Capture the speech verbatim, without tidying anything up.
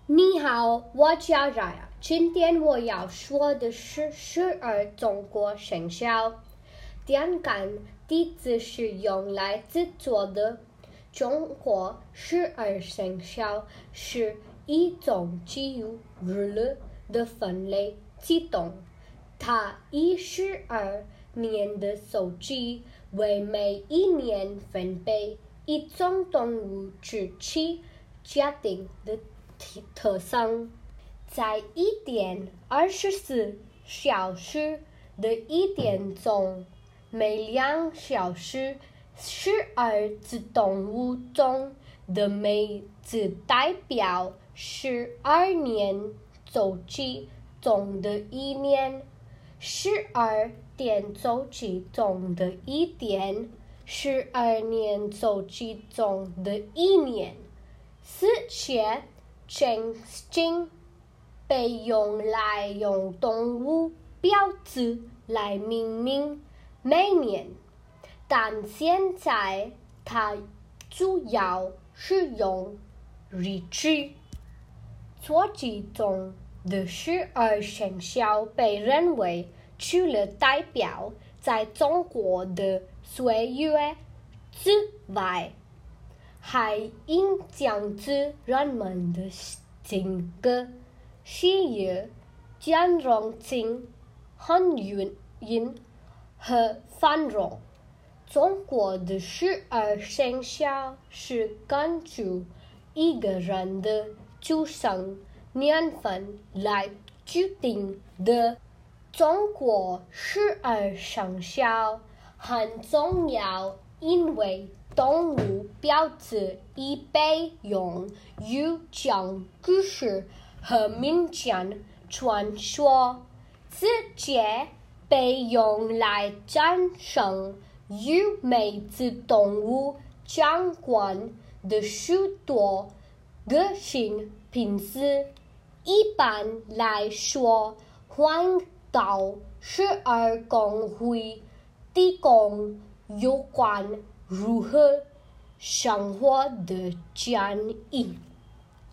你好，我叫 Raya。今天我要说的是十二中国生肖。电杆笛子是用来制作的。中国十二生肖是一种基于日历的分类系统，它以十二年的数据为每一年分配一种动物之期决定的特征。在一天二十四小时的一天中，每两小时十二只动物中的每只代表十二年周期中的一年，十二天周期中的一天，十二年周期中的一年。这些情景被用来用动物标志来命名每年，但现在它主要是用日期。周期中的十二生肖被认为除了代表在中国的岁月之外，还影响着人们的性格、喜悦、兼容性、幸运和繁荣。中国的十二生肖是根据一个人的出生年份来决定的。中国十二生肖很重要，因为动物标志已被用于讲故事和民间传说，这些被用来产生与每只动物相关的许多个性名词。一般来说，环岛十二宫会提供有关如何生活的建议。